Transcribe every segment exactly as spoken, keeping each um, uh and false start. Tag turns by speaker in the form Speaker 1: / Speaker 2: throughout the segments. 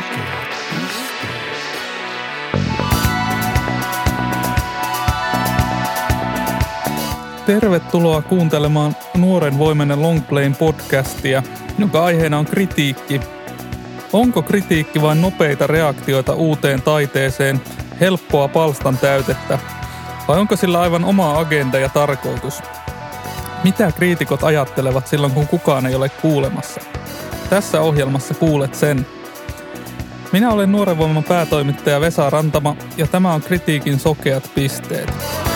Speaker 1: Tervetuloa kuuntelemaan Nuoren voimainen Longplayn podcastia, jonka aiheena on kritiikki. Onko kritiikki vain nopeita reaktioita uuteen taiteeseen, helppoa palstan täytettä, vai onko sillä aivan oma agenda ja tarkoitus? Mitä kriitikot ajattelevat silloin, kun kukaan ei ole kuulemassa? Tässä ohjelmassa kuulet sen. Minä olen Nuoren voiman päätoimittaja Vesa Rantama ja tämä on kritiikin sokeat pisteet.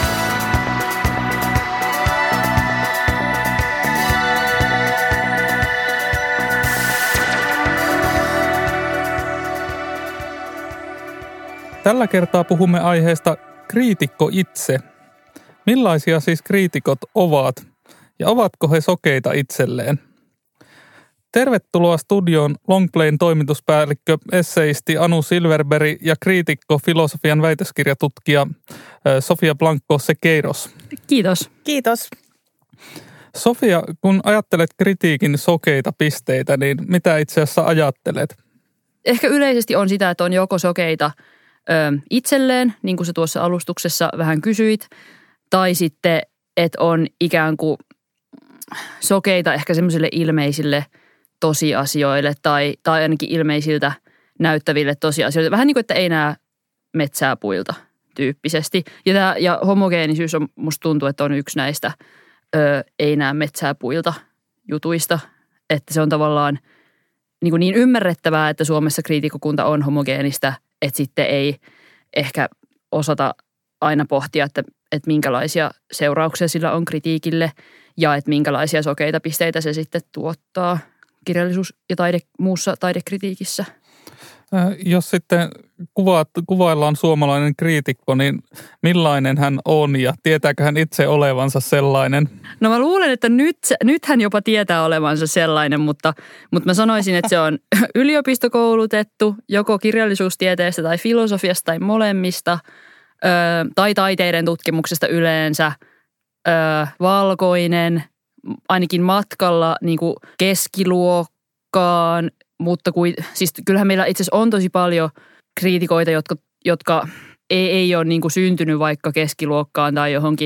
Speaker 1: Tällä kertaa puhumme aiheesta kriitikko itse. Millaisia siis kriitikot ovat ja ovatko he sokeita itselleen? Tervetuloa studioon Longplayn toimituspäällikkö, esseisti Anu Silverberg ja kriitikko, filosofian väitöskirjatutkija Sofia Blanco Sequeiros.
Speaker 2: Kiitos.
Speaker 3: Kiitos.
Speaker 1: Sofia, kun ajattelet kritiikin sokeita pisteitä, niin mitä itse asiassa ajattelet?
Speaker 2: Ehkä yleisesti on sitä, että on joko sokeita ö, itselleen, niin kuin sä tuossa alustuksessa vähän kysyit, tai sitten, että on ikään kuin sokeita ehkä semmoisille ilmeisille tosiasioille tai, tai ainakin ilmeisiltä näyttäville tosiasioille. Vähän niin kuin, että ei näe metsää puilta tyyppisesti. Ja, tämä, ja homogeenisyys on, musta tuntuu, että on yksi näistä ö, ei näe metsää puilta jutuista. Että se on tavallaan niin, kuin niin ymmärrettävää, että Suomessa kriitikkokunta on homogeenistä, että sitten ei ehkä osata aina pohtia, että, että minkälaisia seurauksia sillä on kritiikille ja että minkälaisia sokeita pisteitä se sitten tuottaa kirjallisuus- ja taide, muussa taidekritiikissä.
Speaker 1: Jos sitten kuvaat, kuvaillaan suomalainen kriitikko, niin millainen hän on ja tietääkö hän itse olevansa sellainen?
Speaker 2: No mä luulen, että nyt, nyt hän jopa tietää olevansa sellainen, mutta, mutta mä sanoisin, että se on yliopistokoulutettu joko kirjallisuustieteestä tai filosofiasta tai molemmista ö, tai taiteiden tutkimuksesta yleensä, ö, valkoinen, ainakin matkalla niin kuin keskiluokkaan, mutta kuin, siis kyllähän meillä itse asiassa on tosi paljon kriitikoita, jotka, jotka ei, ei ole niin kuin syntynyt vaikka keskiluokkaan tai johonkin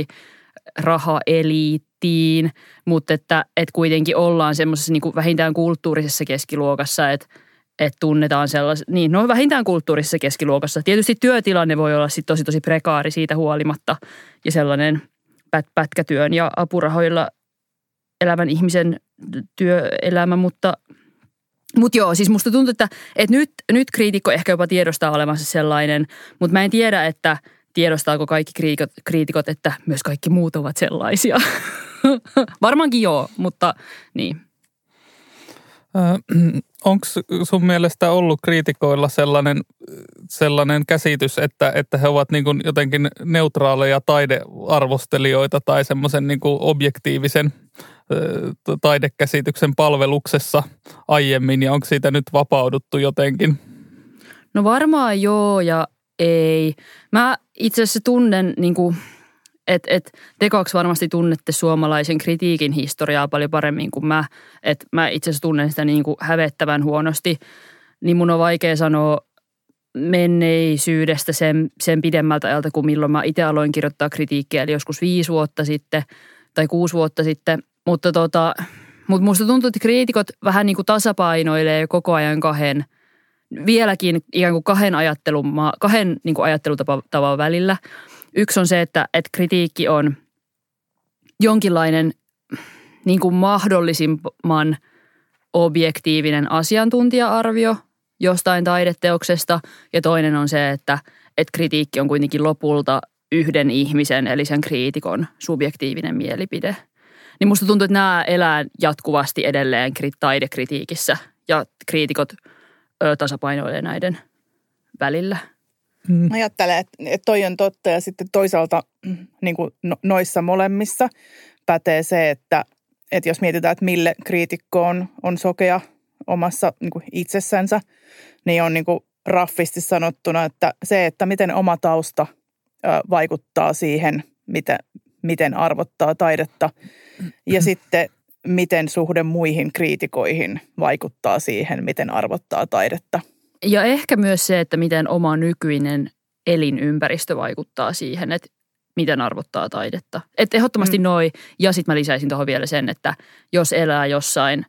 Speaker 2: rahaeliittiin, mutta että, että kuitenkin ollaan semmoisessa niin kuin vähintään kulttuurisessa keskiluokassa, että, että tunnetaan sellaisen, niin no vähintään kulttuurisessa keskiluokassa. Tietysti työtilanne voi olla sitten tosi tosi prekaari siitä huolimatta ja sellainen pät, pätkätyön ja apurahoilla elävän ihmisen työelämä, mutta Mutta joo, siis musta tuntuu, että, että nyt, nyt kriitikko ehkä jopa tiedostaa olevansa sellainen, mutta mä en tiedä, että tiedostaako kaikki kriitikot, kriitikot että myös kaikki muut ovat sellaisia. Varmaankin joo, mutta niin.
Speaker 1: Äh, Onko sun mielestä ollut kriitikoilla sellainen, sellainen käsitys, että, että he ovat niin kuin jotenkin neutraaleja taidearvostelijoita tai semmoisen niin kuin objektiivisen taidekäsityksen palveluksessa aiemmin, ja onko siitä nyt vapauduttu jotenkin?
Speaker 2: No varmaan joo ja ei. Mä itse asiassa tunnen, niin että et, te kaksi varmasti tunnette suomalaisen kritiikin historiaa paljon paremmin kuin mä. Että mä itse asiassa tunnen sitä niin kuin hävettävän huonosti, niin mun on vaikea sanoa menneisyydestä sen, sen pidemmältä ajalta kuin milloin mä itse aloin kirjoittaa kritiikkiä, eli joskus viisi vuotta sitten tai kuusi vuotta sitten. Mutta tota, mut musta tuntuu, että kriitikot vähän niin kuin tasapainoilee koko ajan kahden, vieläkin ikään kuin kahden, ajattelun, kahden niin kuin ajattelutavan välillä. Yksi on se, että, että kritiikki on jonkinlainen niin kuin mahdollisimman objektiivinen asiantuntija-arvio jostain taideteoksesta. Ja toinen on se, että, että kritiikki on kuitenkin lopulta yhden ihmisen, eli sen kriitikon subjektiivinen mielipide. Niin musta tuntuu, että nämä elää jatkuvasti edelleen taidekritiikissä ja kriitikot ö, tasapainoilee näiden välillä.
Speaker 3: Hmm. Ajattelen, että toi on totta ja sitten toisaalta niin kuin noissa molemmissa pätee se, että, että jos mietitään, että mille kriitikko on, on sokea omassa niin kuin itsessänsä, niin on niin kuin raffisti sanottuna, että se, että miten oma tausta ö, vaikuttaa siihen, miten, miten arvottaa taidetta ja sitten miten suhde muihin kriitikoihin vaikuttaa siihen, miten arvottaa taidetta.
Speaker 2: Ja ehkä myös se, että miten oma nykyinen elinympäristö vaikuttaa siihen, että miten arvottaa taidetta. Että ehdottomasti mm. noi, ja sitten mä lisäisin tuohon vielä sen, että jos elää jossain,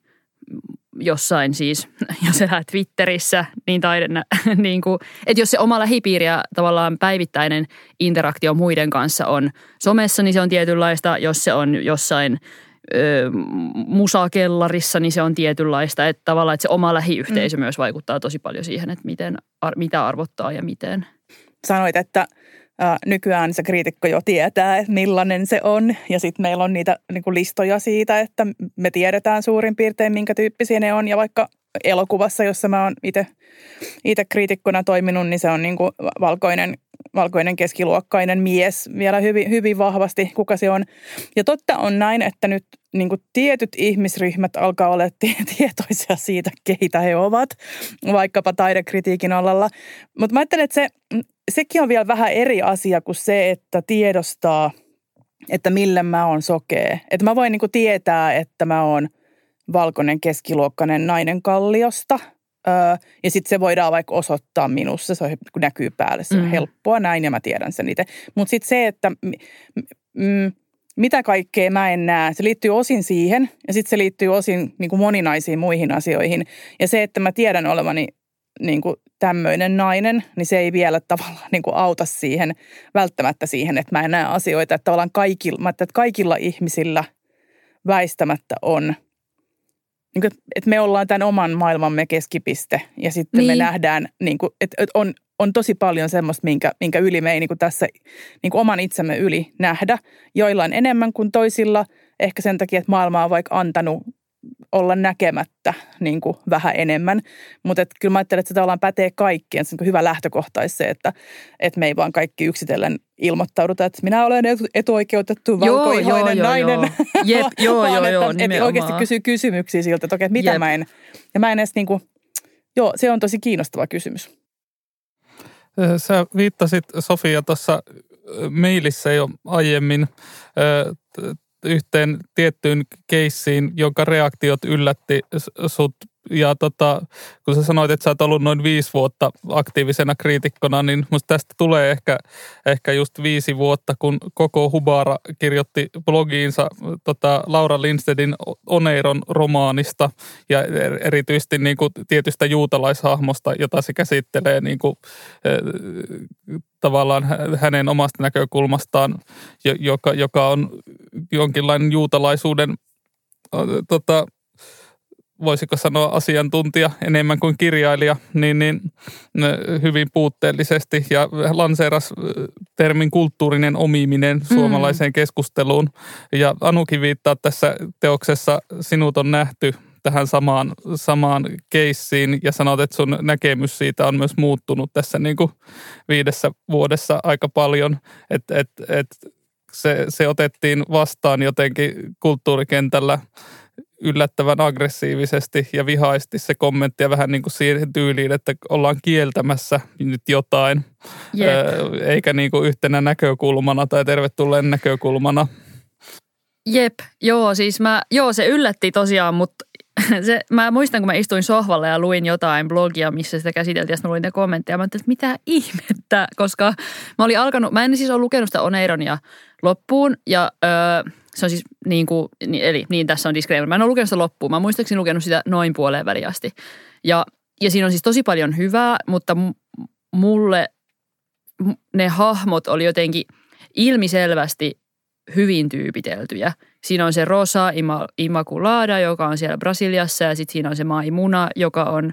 Speaker 2: jossain siis, jos elää Twitterissä, niin taidena, niin kuin, että jos se oma lähipiiri ja tavallaan päivittäinen interaktio muiden kanssa on somessa, niin se on tietynlaista, jos se on jossain ö, musakellarissa, niin se on tietynlaista, että tavallaan että se oma lähiyhteisö mm. myös vaikuttaa tosi paljon siihen, että miten, ar, mitä arvottaa ja miten.
Speaker 3: Sanoit, että nykyään se kriitikko jo tietää, että millainen se on. Ja sitten meillä on niitä niin kuin listoja siitä, että me tiedetään suurin piirtein, minkä tyyppisiä ne on. Ja vaikka elokuvassa, jossa mä oon itse kriitikkona toiminut, niin se on niin kuin valkoinen, valkoinen keskiluokkainen mies vielä hyvin, hyvin vahvasti, kuka se on. Ja totta on näin, että nyt niin kuin tietyt ihmisryhmät alkaa olla tietoisia siitä, keitä he ovat, vaikkapa taidekritiikin alalla. Mutta mä ajattelen, että se... Sekin on vielä vähän eri asia kuin se, että tiedostaa, että millä mä oon sokea. Että mä voin niinku tietää, että mä oon valkoinen keskiluokkainen nainen Kalliosta. Öö, ja sitten se voidaan vaikka osoittaa minussa, se on, kun näkyy päälle, se on mm. helppoa näin ja mä tiedän sen itse. Mutta sitten se, että m, m, mitä kaikkea mä en näe, se liittyy osin siihen ja sitten se liittyy osin niinku moninaisiin muihin asioihin. Ja se, että mä tiedän olevani niin kuin tämmöinen nainen, niin se ei vielä tavallaan niin kuin auta siihen, välttämättä siihen, että mä en näe asioita. Että tavallaan kaikilla, että kaikilla ihmisillä väistämättä on, niin kuin, että me ollaan tämän oman maailmamme keskipiste ja sitten niin. me nähdään, niin kuin, että on, on tosi paljon semmoista, minkä, minkä yli me ei niin kuin tässä niin kuin oman itsemme yli nähdä. Joillain enemmän kuin toisilla, ehkä sen takia, että maailma on vaikka antanut olla näkemättä niin kuin vähän enemmän. Mutta kyllä mä ajattelen, että se tavallaan pätee kaikkien. Se on hyvä lähtökohtaisi se, että, että me ei vaan kaikki yksitellen ilmoittauduta, että minä olen etuoikeutettu valkoihoinen nainen.
Speaker 2: Jep, joo, joo,
Speaker 3: että,
Speaker 2: joo,
Speaker 3: että oikeasti kysyy kysymyksiä siltä, että okei, että mitä Jep. mä en. Ja mä en edes niin kuin, joo, se on tosi kiinnostava kysymys.
Speaker 1: Sä viittasit, Sofia, tuossa mailissa jo aiemmin yhteen tiettyyn keissiin, jonka reaktiot yllätti sut. Ja tota, kun sä sanoit, että sä oot ollut noin viisi vuotta aktiivisena kriitikkona, niin musta tästä tulee ehkä, ehkä just viisi vuotta, kun koko Hubara kirjoitti blogiinsa tota, Laura Lindstedin Oneiron romaanista ja erityisesti niin kuin tietystä juutalaishahmosta, jota se käsittelee niin kuin, eh, tavallaan hänen omasta näkökulmastaan, joka, joka on jonkinlainen juutalaisuuden tota, voisiko sanoa asiantuntija enemmän kuin kirjailija, niin, niin hyvin puutteellisesti ja lanseeras termin kulttuurinen omiminen suomalaiseen mm. keskusteluun. Ja Anukin viittaa tässä teoksessa Sinut on nähty tähän samaan, samaan keissiin ja sanot, että sun näkemys siitä on myös muuttunut tässä niin kuin viidessä vuodessa aika paljon, että et, et se, se otettiin vastaan jotenkin kulttuurikentällä yllättävän aggressiivisesti ja vihaisesti se kommentti ja vähän niin kuin siihen tyyliin, että ollaan kieltämässä nyt jotain, Jep. eikä niin kuin yhtenä näkökulmana tai tervetulleen näkökulmana.
Speaker 2: Jep, joo siis mä, joo se yllätti tosiaan, mutta se, mä muistan, kun mä istuin sohvalle ja luin jotain blogia, missä sitä käsiteltiin, ja sitten mä luin niitä kommentteja. Mä ajattelin, että mitä ihmettä, koska mä olin alkanut, mä en siis ole lukenut sitä Oneironia loppuun, ja öö, se on siis niin kuin, eli niin tässä on disclaimer. Mä en ole lukenut sitä loppuun, mä muistaakseni lukenut sitä noin puoleen väliin asti. Ja, ja siinä on siis tosi paljon hyvää, mutta mulle ne hahmot oli jotenkin ilmiselvästi hyvin tyypiteltyjä. Siinä on se Rosa Immaculada, joka on siellä Brasiliassa, ja sitten siinä on se Maimuna, joka on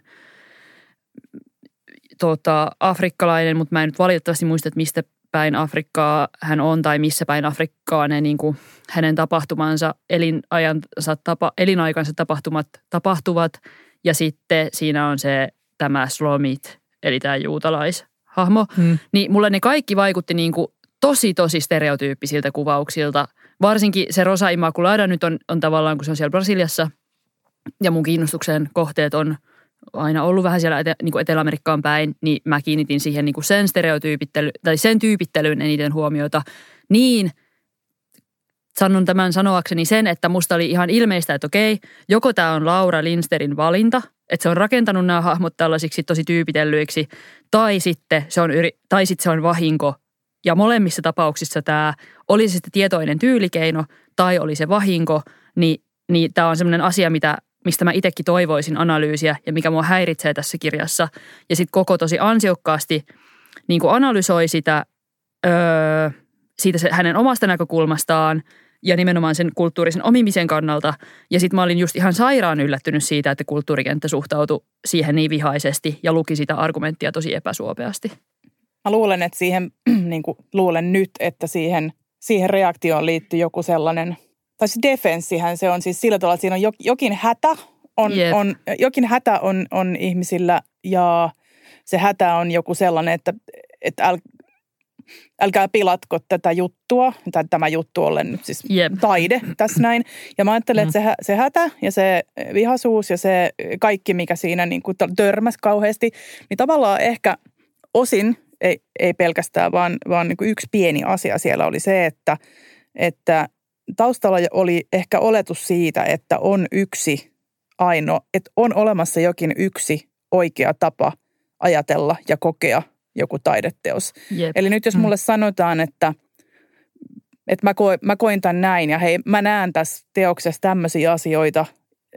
Speaker 2: tota, afrikkalainen, mutta mä en nyt valitettavasti muista, että mistä päin Afrikkaa hän on tai missä päin Afrikkaa ne niin kuin hänen tapahtumansa, elinajansa, tapa, elinaikansa tapahtumat tapahtuvat. Ja sitten siinä on se tämä Shlomit, eli tämä juutalaishahmo. Hmm. Niin mulle ne kaikki vaikutti niin kuin tosi, tosi stereotyyppisiltä kuvauksilta. Varsinkin se Rosa Immaculada nyt on, on tavallaan, kun se on siellä Brasiliassa ja mun kiinnostuksen kohteet on aina ollut vähän siellä ete, niin kuin Etelä-Amerikkaan päin, niin mä kiinnitin siihen niin kuin sen stereotyypittely, tai sen tyypittelyyn eniten huomiota niin sanon tämän sanoakseni sen, että musta oli ihan ilmeistä, että okei, joko tämä on Laura Lindsterin valinta, että se on rakentanut nämä hahmot tällaisiksi tosi tyypitellyiksi, tai sitten se on, yri, tai sitten se on vahinko. Ja molemmissa tapauksissa tämä, oli se sitten tietoinen tyylikeino tai oli se vahinko, niin, niin tämä on semmoinen asia, mitä, mistä mä itsekin toivoisin analyysiä ja mikä mua häiritsee tässä kirjassa. Ja sitten koko tosi ansiokkaasti niin kuin analysoi sitä, öö, siitä se, hänen omasta näkökulmastaan ja nimenomaan sen kulttuurisen omimisen kannalta. Ja sitten mä olin just ihan sairaan yllättynyt siitä, että kulttuurikenttä suhtautui siihen niin vihaisesti ja luki sitä argumenttia tosi epäsuopeasti.
Speaker 3: Mä luulen, että siihen, niin kuin luulen nyt, että siihen, siihen reaktioon liittyy joku sellainen, tai se defenssihän se on siis sillä tavalla, että siinä on jokin hätä, on, on, jokin hätä on, on ihmisillä ja se hätä on joku sellainen, että, että äl, älkää pilatko tätä juttua, tai tämä juttu ollen nyt siis
Speaker 2: Jep.
Speaker 3: taide tässä näin. Ja mä ajattelen, että se, se hätä ja se vihaisuus ja se kaikki, mikä siinä niin kuin törmäsi kauheasti, niin tavallaan ehkä osin, ei, ei pelkästään, vaan, vaan niin kuin yksi pieni asia siellä oli se, että, että taustalla oli ehkä oletus siitä, että on yksi ainoa, että on olemassa jokin yksi oikea tapa ajatella ja kokea joku taideteos.
Speaker 2: Jep.
Speaker 3: Eli nyt jos mulle mm. sanotaan, että, että mä, koin, mä koin tämän näin ja hei, mä näen tässä teoksessa tämmöisiä asioita,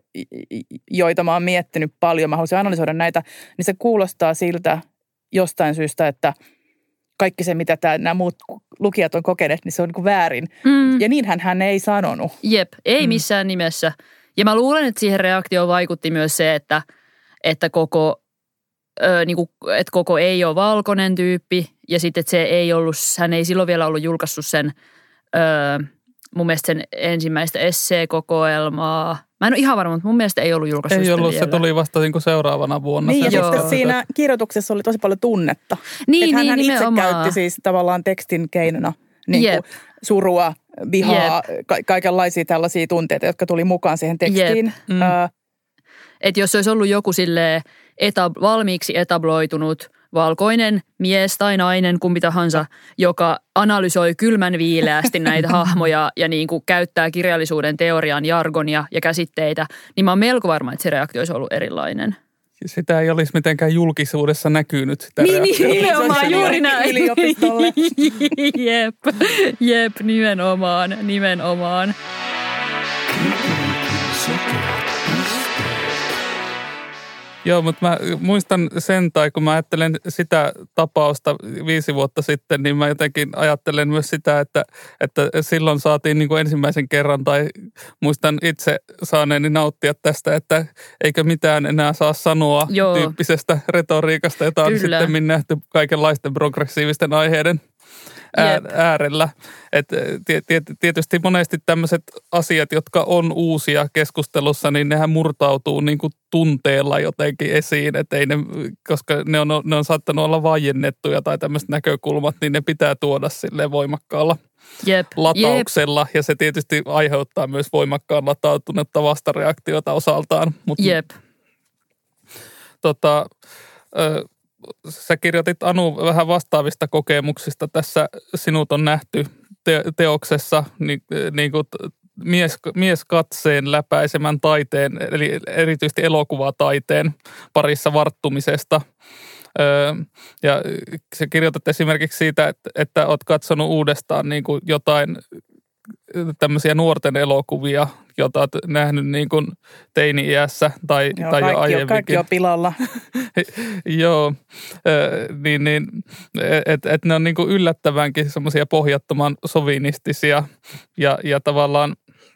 Speaker 3: joita mä oon miettinyt paljon, mä haluaisin analysoida näitä, niin se kuulostaa siltä jostain syystä, että kaikki se, mitä tää, nämä muut lukijat on kokeneet, niin se on niin kuin väärin. Mm. Ja niinhän hän ei sanonut.
Speaker 2: Jep, ei mm. missään nimessä. Ja mä luulen, että siihen reaktioon vaikutti myös se, että, että, koko, ö, niin kuin, että koko ei ole valkoinen tyyppi. Ja sitten, että se ei ollut, hän ei silloin vielä ollut julkaissut sen, ö, mun mielestä sen ensimmäistä esseekokoelmaa. Mä en ole ihan varma, mutta mun mielestä ei ollut julkaissut
Speaker 1: Ei ollut,
Speaker 2: vielä.
Speaker 1: se tuli vasta niin kuin seuraavana vuonna.
Speaker 3: Niin,
Speaker 1: se
Speaker 3: ja sitten siinä kirjoituksessa oli tosi paljon tunnetta.
Speaker 2: Niin,
Speaker 3: että
Speaker 2: niin,
Speaker 3: hän itse
Speaker 2: nimenomaan.
Speaker 3: käytti siis tavallaan tekstin keinona niin kuin surua, vihaa, ka- kaikenlaisia tällaisia tunteita, jotka tuli mukaan siihen tekstiin.
Speaker 2: Mm.
Speaker 3: Äh,
Speaker 2: Että jos olisi ollut joku silleen etab- valmiiksi etabloitunut valkoinen mies tai nainen, kumpi tahansa, joka analysoi kylmän viileästi näitä hahmoja ja niin kuin käyttää kirjallisuuden teorian jargonia ja käsitteitä, niin mä oon melko varma, että se reaktio olisi ollut erilainen.
Speaker 1: Sitä ei olisi mitenkään julkisuudessa näkynyt. Sitä
Speaker 2: niin, niin, nimenomaan,
Speaker 3: se
Speaker 2: juuri näin.
Speaker 3: Yliopistolle.
Speaker 2: jep, jep, nimenomaan, nimenomaan.
Speaker 1: Joo, mutta mä muistan sen, tai kun mä ajattelen sitä tapausta viisi vuotta sitten, niin mä jotenkin ajattelen myös sitä, että, että silloin saatiin niin kuin ensimmäisen kerran, tai muistan itse saaneeni nauttia tästä, että eikö mitään enää saa sanoa Joo. tyyppisestä retoriikasta, jota on
Speaker 2: Kyllä.
Speaker 1: sitten nähty kaikenlaisten progressiivisten aiheiden äärellä. Et tietysti monesti tämmöiset asiat, jotka on uusia keskustelussa, niin nehän murtautuu niin kuin tunteella jotenkin esiin, että ei ne, koska ne on, ne on saattanut olla vaiennettuja tai tämmöiset näkökulmat, niin ne pitää tuoda silleen voimakkaalla
Speaker 2: Jep.
Speaker 1: latauksella. Jep. Ja se tietysti aiheuttaa myös voimakkaan latautunutta vastareaktiota osaltaan. Mut,
Speaker 2: Jep.
Speaker 1: Tota... Ö, Sä kirjoitit, Anu, vähän vastaavista kokemuksista tässä Sinut on nähty te- teoksessa niin, niin kuin mies, mieskatseen läpäisemän taiteen, eli erityisesti elokuvataiteen parissa varttumisesta. Öö, ja sä kirjoitat esimerkiksi siitä, että, että oot katsonut uudestaan niin kuin jotain tämmöisiä nuorten elokuvia, jota olet nähnyt niin kuin teini-iässä tai,
Speaker 3: Joo,
Speaker 1: tai jo
Speaker 3: kaikki
Speaker 1: aiemminkin.
Speaker 3: On, kaikki on pilalla.
Speaker 1: Joo, niin, niin että et ne on niin kuin yllättävänkin semmoisia pohjattoman sovinistisia ja, ja tavallaan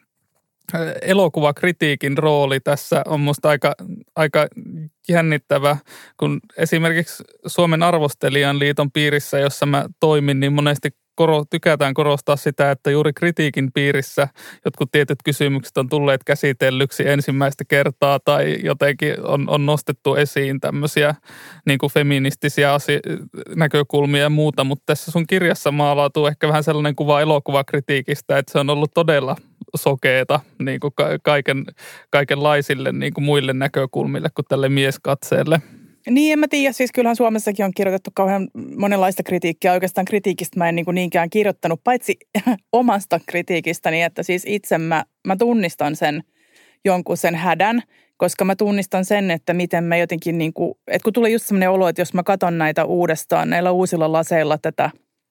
Speaker 1: elokuvakritiikin rooli tässä on musta aika, aika jännittävä, kun esimerkiksi Suomen arvostelijan liiton piirissä, jossa mä toimin, niin monesti Koro, tykätään korostaa sitä, että juuri kritiikin piirissä jotkut tietyt kysymykset on tulleet käsitellyksi ensimmäistä kertaa tai jotenkin on, on nostettu esiin tämmöisiä niin kuin feministisiä asia, näkökulmia ja muuta, mutta tässä sun kirjassa maalautuu ehkä vähän sellainen kuva elokuvakritiikistä, että se on ollut todella sokeeta niin kuin kaiken, kaikenlaisille niin kuin muille näkökulmille kuin tälle mieskatseelle.
Speaker 3: Niin, en mä tiedä. Siis kyllähän Suomessakin on kirjoitettu kauhean monenlaista kritiikkiä. Oikeastaan kritiikistä mä en niin kuin niinkään kirjoittanut, paitsi omasta kritiikistäni, että siis itse mä, mä tunnistan sen jonkun sen hädän, koska mä tunnistan sen, että miten mä jotenkin niin kuin, että kun tulee just semmoinen olo, että jos mä katson näitä uudestaan näillä uusilla laseilla tätä,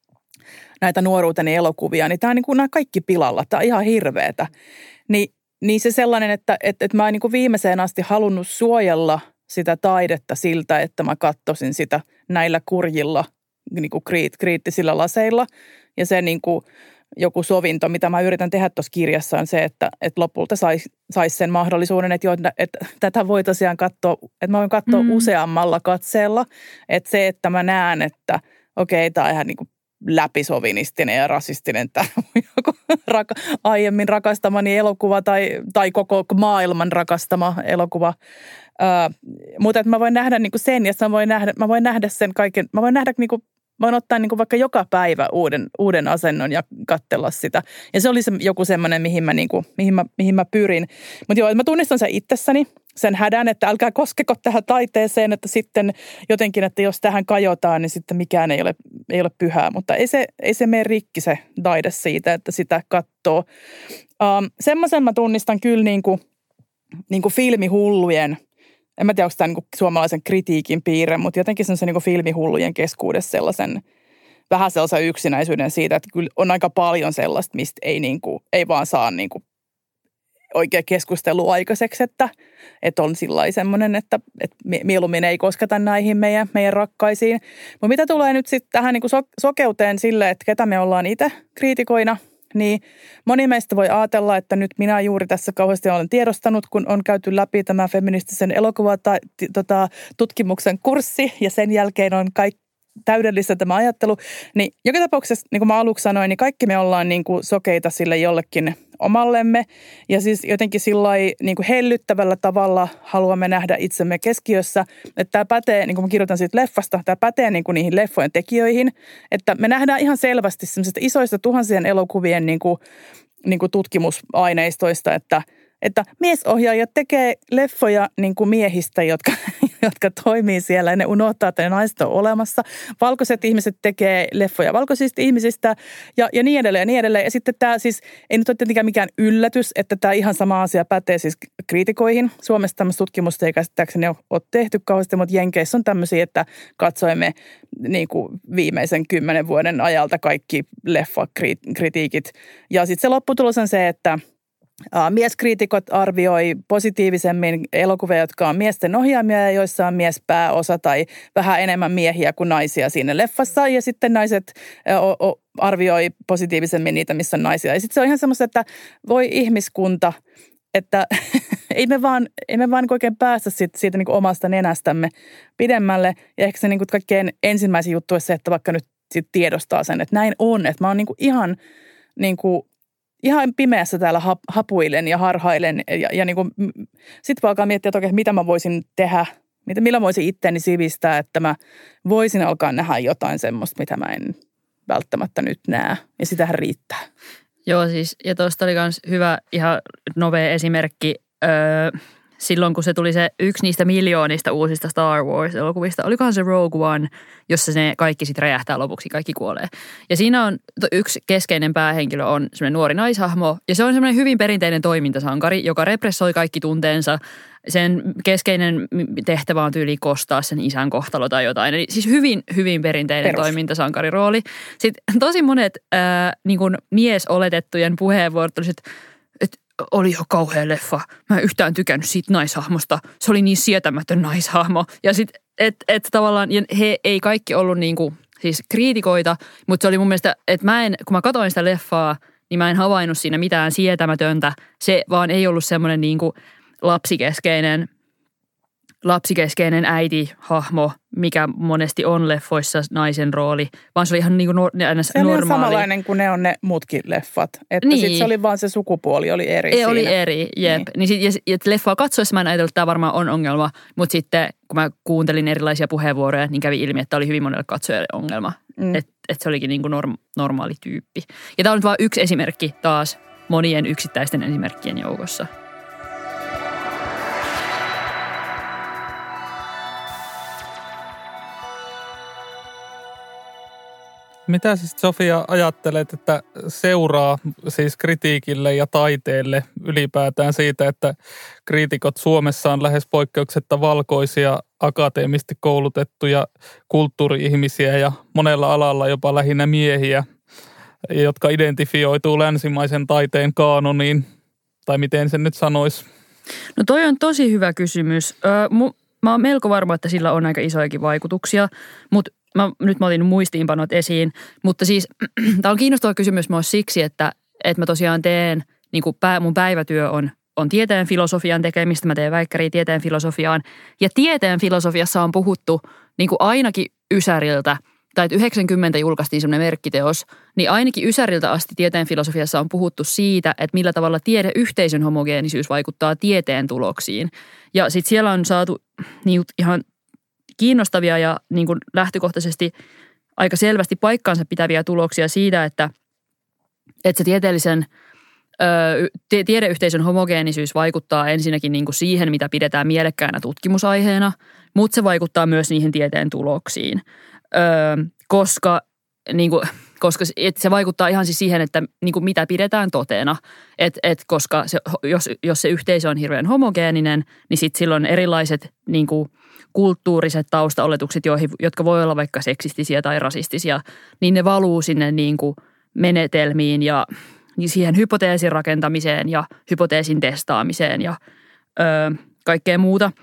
Speaker 3: näitä nuoruuteni elokuvia, niin tää on niin kuin nämä kaikki pilalla. Tää on ihan hirveetä. Niin, niin se sellainen, että, että, että mä oon niin kuin viimeiseen asti halunnut suojella sitä taidetta siltä, että mä katsoisin sitä näillä kurjilla niin kuin kriit, kriittisillä laseilla. Ja se niin kuin joku sovinto, mitä mä yritän tehdä tuossa kirjassa, on se, että, että lopulta saisi sais sen mahdollisuuden, että, jo, että tätä voi tosiaan katsoa, että mä voin katsoa mm. useammalla katseella. Että se, että mä näen, että okei, tämä on ihan niin kuin läpisovinistinen ja rasistinen tämä joku raka, aiemmin rakastamani elokuva tai, tai koko maailman rakastama elokuva. Uh, mutta että mä voin nähdä niinku sen ja mä voin nähdä, mä voin nähdä sen kaiken, mä voin nähdä niinku, mä voin ottaa niinku vaikka joka päivä uuden, uuden asennon ja katsella sitä. Ja se oli se, joku semmoinen, mihin mä, niinku, mihin mä, mihin mä pyrin. Mutta joo, mä tunnistan sen itsessäni, sen hädän, että älkää koskeko tähän taiteeseen, että sitten jotenkin, että jos tähän kajotaan, niin sitten mikään ei ole, ei ole pyhää. Mutta ei se, ei se mene rikki se taide siitä, että sitä katsoo. Um, semmoisen mä tunnistan kyllä niinku, niinku filmihullujen. En mä tiedä, onko tämä niinku suomalaisen kritiikin piirre, mutta jotenkin se niinku filmihullujen keskuudessa sellaisen, vähän sellaisen yksinäisyyden siitä, että kyllä on aika paljon sellaista, mistä ei, niinku, ei vaan saa niinku oikea keskustelu aikaiseksi, että, että on sillä semmoinen, että, että mieluummin ei kosketa näihin meidän, meidän rakkaisiin. Mutta mitä tulee nyt sitten tähän niinku so, sokeuteen sille, että ketä me ollaan itse kriitikoina, niin moni meistä voi ajatella, että nyt minä juuri tässä kauheasti olen tiedostanut, kun on käyty läpi tämä feministisen elokuva tai tota, tutkimuksen kurssi ja sen jälkeen on kaikki täydellistä tämä ajattelu. Niin joka tapauksessa, niin kuin mä aluksi sanoin, niin kaikki me ollaan niin kuin sokeita sille jollekin omallemme. Ja siis jotenkin sillai niin kuin hellyttävällä tavalla haluamme nähdä itsemme keskiössä. Että tämä pätee, niin kuin mä kirjoitan siitä leffasta, tämä pätee niin kuin niihin leffojen tekijöihin. Että me nähdään ihan selvästi semmoisista isoista tuhansien elokuvien niin kuin, niin kuin tutkimusaineistoista, että Että miesohjaajat tekee leffoja niin kuin miehistä, jotka, jotka toimii siellä ja ne unohtaa, että ne naiset on olemassa. Valkoiset ihmiset tekee leffoja valkoisista ihmisistä ja, ja niin edelleen ja niin edelleen. Ja sitten tämä siis ei nyt ole tietenkään mikään yllätys, että tämä ihan sama asia pätee siis kriitikoihin. Suomessa tämmöistä tutkimusta ei käsittääkseni ole tehty kauheasti, mutta Jenkeissä on tämmöisiä, että katsoimme niin kuin viimeisen kymmenen vuoden ajalta kaikki leffakritiikit. Ja sitten se lopputulos on se, että mieskriitikot arvioi positiivisemmin elokuvia, jotka on miesten ohjaamia ja joissa on miespääosa tai vähän enemmän miehiä kuin naisia siinä leffassa. Ja sitten naiset arvioi positiivisemmin niitä, missä on naisia. Ja sitten se on ihan semmoista, että voi ihmiskunta, että ei me vaan, ei me vaan oikein päästä siitä, siitä niin kuin omasta nenästämme pidemmälle. Ja ehkä se niin kuin kaikkein ensimmäisin juttu on se, että vaikka nyt sit tiedostaa sen, että näin on. Että mä oon niin kuin ihan niin kuin Ihan pimeässä täällä hapuilen ja harhailen ja, ja niin kuin, sitten voi alkaa miettiä, että oikein, mitä mä voisin tehdä, mitä, millä voisin itteeni sivistää, että mä voisin alkaa nähdä jotain semmoista, mitä mä en välttämättä nyt näe. Ja sitähän riittää.
Speaker 2: Joo siis, ja tuosta oli myös hyvä ihan nopea esimerkki. Öö, silloin kun se tuli se yksi niistä miljoonista uusista Star Wars-elokuvista, olikohan se Rogue One, jossa ne kaikki sitten räjähtää lopuksi, kaikki kuolee. Ja siinä on yksi keskeinen päähenkilö on semmoinen nuori naishahmo, ja se on semmoinen hyvin perinteinen toimintasankari, joka repressoi kaikki tunteensa. Sen keskeinen tehtävä on tyyli kostaa sen isän kohtalo tai jotain. Eli siis hyvin, hyvin perinteinen Perus. toimintasankarirooli. Sitten tosi monet ää, niin kuin miesoletettujen puheenvuorot olisivat, että oli jo kauhea leffa. Mä en yhtään tykännyt siitä naishahmosta. Se oli niin sietämätön naishahmo. Ja sitten, että et tavallaan, he ei kaikki ollut niinku, siis kriitikoita, mutta se oli mun mielestä, että mä en, kun mä katsoin sitä leffaa, niin mä en havainnut siinä mitään sietämätöntä. Se vaan ei ollut semmoinen niinku lapsikeskeinen, lapsikeskeinen äiti-hahmo, mikä monesti on leffoissa naisen rooli, vaan se oli ihan niin kuin normaali.
Speaker 3: Se oli ihan samanlainen kuin ne on ne muutkin leffat. Että niin. Sitten se oli vaan se sukupuoli oli eri
Speaker 2: Ei,
Speaker 3: siinä.
Speaker 2: oli eri, jep. Niin. Niin sit, ja, ja leffaa katsoessa mä en ajatellut, että tämä varmaan on ongelma, mutta sitten kun mä kuuntelin erilaisia puheenvuoroja, niin kävi ilmi, että oli hyvin monelle katsojalle ongelma. Mm. Että et se olikin niin kuin norm, normaali tyyppi. Ja tämä on nyt vaan yksi esimerkki taas monien yksittäisten esimerkkien joukossa.
Speaker 1: Mitä siis Sofia ajattelet, että seuraa siis kritiikille ja taiteelle ylipäätään siitä, että kriitikot Suomessa on lähes poikkeuksetta valkoisia, akateemisesti koulutettuja kulttuuri-ihmisiä ja monella alalla jopa lähinnä miehiä, jotka identifioituu länsimaisen taiteen kaanoniin, tai miten sen nyt sanoisi?
Speaker 2: No toi on tosi hyvä kysymys. Öö, mu- mä oon melko varma, että sillä on aika isojakin vaikutuksia, mutta mä, nyt mä otin muistiinpanot esiin. Mutta siis tämä on kiinnostava kysymys myös siksi, että, että mä tosiaan teen, niin kuin pää, mun päivätyö on, on tieteen filosofian tekemistä, mä teen väikkäriä tieteen filosofiaan. Ja tieteen filosofiassa on puhuttu niin kuin ainakin Ysäriltä, tai että yhdeksänkymmentä julkaistiin semmoinen merkkiteos, niin ainakin Ysäriltä asti tieteen filosofiassa on puhuttu siitä, että millä tavalla tiedeyhteisön homogeenisyys vaikuttaa tieteen tuloksiin. Ja sitten siellä on saatu niin ihan kiinnostavia ja niin kuin lähtökohtaisesti aika selvästi paikkaansa pitäviä tuloksia siitä, että, että se tieteellisen ö, tiedeyhteisön homogeenisuus vaikuttaa ensinnäkin niin kuin siihen, mitä pidetään mielekkäänä tutkimusaiheena, mutta se vaikuttaa myös niihin tieteen tuloksiin. Öö, koska, niin kuin, koska et se vaikuttaa ihan siis siihen, että niin kuin mitä pidetään totena. Et, et koska se, jos, jos se yhteisö on hirveän homogeeninen, niin sitten silloin erilaiset niin kuin kulttuuriset taustaoletukset, joihin, jotka voi olla vaikka seksistisiä tai rasistisia, niin ne valuu sinne niin kuin menetelmiin ja niin siihen hypoteesin rakentamiseen ja hypoteesin testaamiseen ja öö, kaikkea muuta.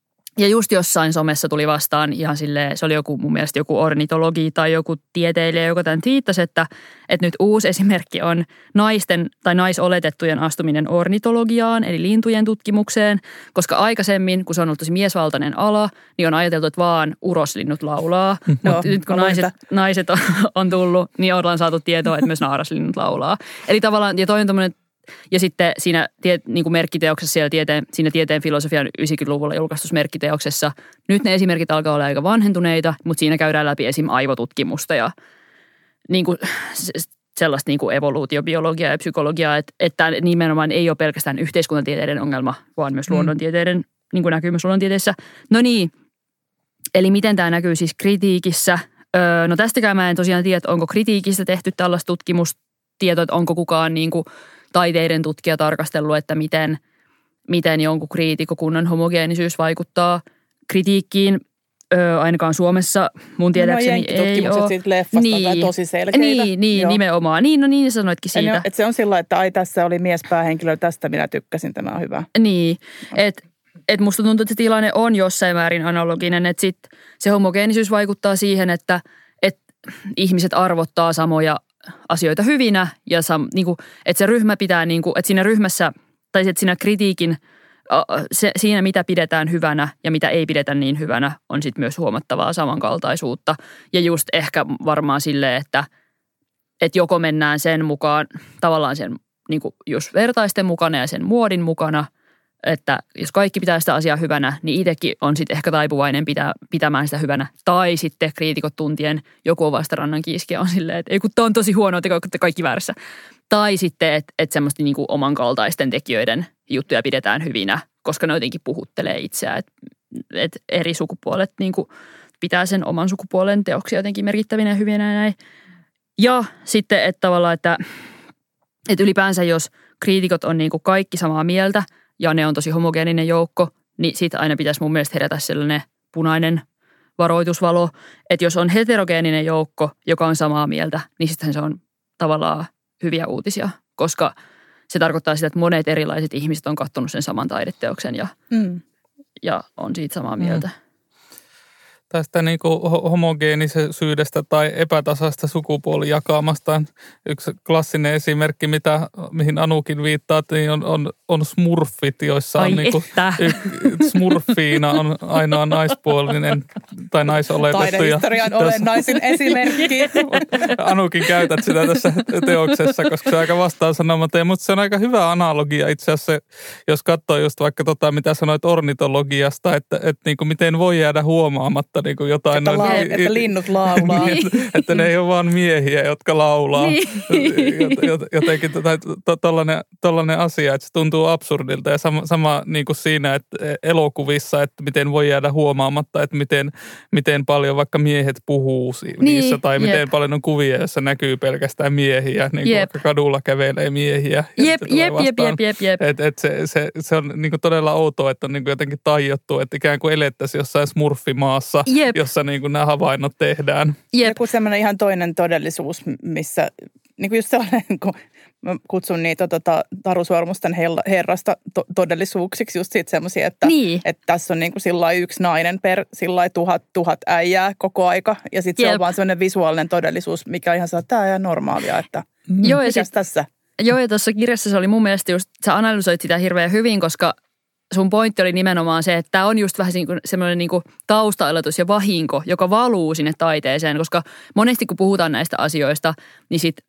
Speaker 2: Ja just jossain somessa tuli vastaan ihan silleen, se oli joku mun mielestä joku ornitologi tai joku tieteilijä, joka tämän twiittasi, että, että nyt uusi esimerkki on naisten tai naisoletettujen astuminen ornitologiaan, eli lintujen tutkimukseen, koska aikaisemmin, kun se on ollut tosi miesvaltainen ala, niin on ajateltu, että vaan uroslinnut laulaa, mutta no, nyt kun naiset, naiset on, on tullut, niin ollaan saatu tietoa, että myös naaraslinnut laulaa. Eli tavallaan, ja toi on tämmöinen. Ja sitten siinä tie, niin kuin merkkiteoksessa, siellä tieteen, siinä tieteen filosofian yhdeksänkymmentäluvulla julkaistussa merkkiteoksessa, nyt ne esimerkit alkaa olla aika vanhentuneita, mutta siinä käydään läpi esim. Aivotutkimusta ja niin kuin sellaista niin kuin evoluutiobiologiaa ja psykologiaa, että, että nimenomaan ei ole pelkästään yhteiskuntatieteiden ongelma, vaan myös luonnontieteiden, niin kuin näkyy myös luonnontieteissä. No niin, eli miten tämä näkyy siis kritiikissä? Öö, no tästäkään mä en tosiaan tiedä, että onko kritiikistä tehty tällaista tutkimustietoa, että onko kukaan niin kuin taiteiden tutkija tarkastellut, että miten, miten jonkun kriitikokunnan homogeenisuus vaikuttaa kritiikkiin. Öö, ainakaan Suomessa mun tietääkseni no, ei ole.
Speaker 3: Siitä leffasta niin, tosi selkeitä.
Speaker 2: Niin, niin nimenomaan. Niin, no niin sanoitkin siitä.
Speaker 3: Että se on sillä, että ai tässä oli miespäähenkilö, tästä minä tykkäsin, tämä on hyvä.
Speaker 2: Niin, että et musta tuntuu, että se tilanne on jossain määrin analoginen, että sit se homogeenisuus vaikuttaa siihen, että et ihmiset arvottaa samoja asioita hyvinä ja sam, niin kuin, että se ryhmä pitää, niin kuin, että siinä ryhmässä tai että siinä kritiikin, se, siinä mitä pidetään hyvänä ja mitä ei pidetä niin hyvänä on sitten myös huomattavaa samankaltaisuutta. Ja just ehkä varmaan silleen, että, että joko mennään sen mukaan tavallaan sen niin kuin just vertaisten mukana ja sen muodin mukana, että jos kaikki pitää sitä asiaa hyvänä, niin itsekin on sitten ehkä taipuvainen pitää, pitämään sitä hyvänä. Tai sitten kriitikot tuntien joku on vastarannan kiiskiä on silleen, että ei kun tämä on tosi huonoa, te olette kaikki väärässä. Tai sitten, että, että semmoista niin kuin omankaltaisten tekijöiden juttuja pidetään hyvinä, koska ne jotenkin puhuttelee itseään. Että, että eri sukupuolet niin kuin pitää sen oman sukupuolen teoksia jotenkin merkittävinä ja hyvinä ja näin. Ja sitten, että tavallaan, että, että ylipäänsä jos kriitikot on niin kuin kaikki samaa mieltä, ja ne on tosi homogeeninen joukko, niin siitä aina pitäisi mun mielestä herätä sellainen punainen varoitusvalo, että jos on heterogeeninen joukko, joka on samaa mieltä, niin sitten se on tavallaan hyviä uutisia, koska se tarkoittaa sitä, että monet erilaiset ihmiset on katsonut sen saman taideteoksen ja, mm. ja on siitä samaa mieltä. Mm.
Speaker 1: Tästä niin kuin homogeenisyydestä tai epätasaista sukupuolijakamasta yksi klassinen esimerkki, mitä, mihin Anukin viittaa, niin on, on, on smurfit, joissa on niin kuin, y, smurfiina on ainoa naispuolinen tai naisoletettu.
Speaker 3: Taidehistorian olennaisin esimerkki.
Speaker 1: Anukin käytät sitä tässä teoksessa, koska se on aika vastaan sanomaton, mutta se on aika hyvä analogia itse asiassa, jos katsoo just vaikka tota, mitä sanoit ornitologiasta, että, että niin kuin miten voi jäädä huomaamatta, mutta niin kuin jotain...
Speaker 3: Että,
Speaker 1: noin,
Speaker 3: lau,
Speaker 1: i,
Speaker 3: että linnut laulaa.
Speaker 1: Niin, että, että ne ei ole vaan miehiä, jotka laulaa.
Speaker 2: Niin.
Speaker 1: Jotenkin tollainen asia, että se tuntuu absurdilta. Ja sama, sama niin kuin siinä, että elokuvissa, että miten voi jäädä huomaamatta, että miten, miten paljon vaikka miehet puhuu niissä.
Speaker 2: Niin,
Speaker 1: Tai miten
Speaker 2: jep.
Speaker 1: paljon on kuvia, joissa näkyy pelkästään miehiä. Niin kuin vaikka kadulla kävelee miehiä.
Speaker 2: Jep, jep, jep, jep, jep, jep.
Speaker 1: Että et se, se, se on niin kuin todella outoa, että on niin kuin jotenkin tajottu, että ikään kuin elettäisiin jossain smurfimaassa,
Speaker 2: Jep.
Speaker 1: jossa niin kuin nämä havainnot tehdään.
Speaker 2: Jep.
Speaker 3: Joku semmoinen ihan toinen todellisuus, missä niin kuin just sellainen, kun mä kutsun niitä tota, Taru Sormusten herrasta to- todellisuuksiksi, just siitä semmoisia, että,
Speaker 2: niin.
Speaker 3: että tässä on niin kuin sillai yksi nainen per sillai tuhat, tuhat äijää koko aika. Ja sitten se on vaan semmoinen visuaalinen todellisuus, mikä ihan saa, tämä on ihan normaalia, että mm,
Speaker 2: Joo, ja
Speaker 3: mikäs
Speaker 2: sit,
Speaker 3: tässä?
Speaker 2: Joo, ja tuossa kirjassa se oli mun mielestä just, sä analysoit sitä hirveän hyvin, koska sun pointti oli nimenomaan se, että tämä on just vähän semmoinen niin kuin tausta-ajatus ja vahinko, joka valuu sinne taiteeseen, koska monesti kun puhutaan näistä asioista, niin sitten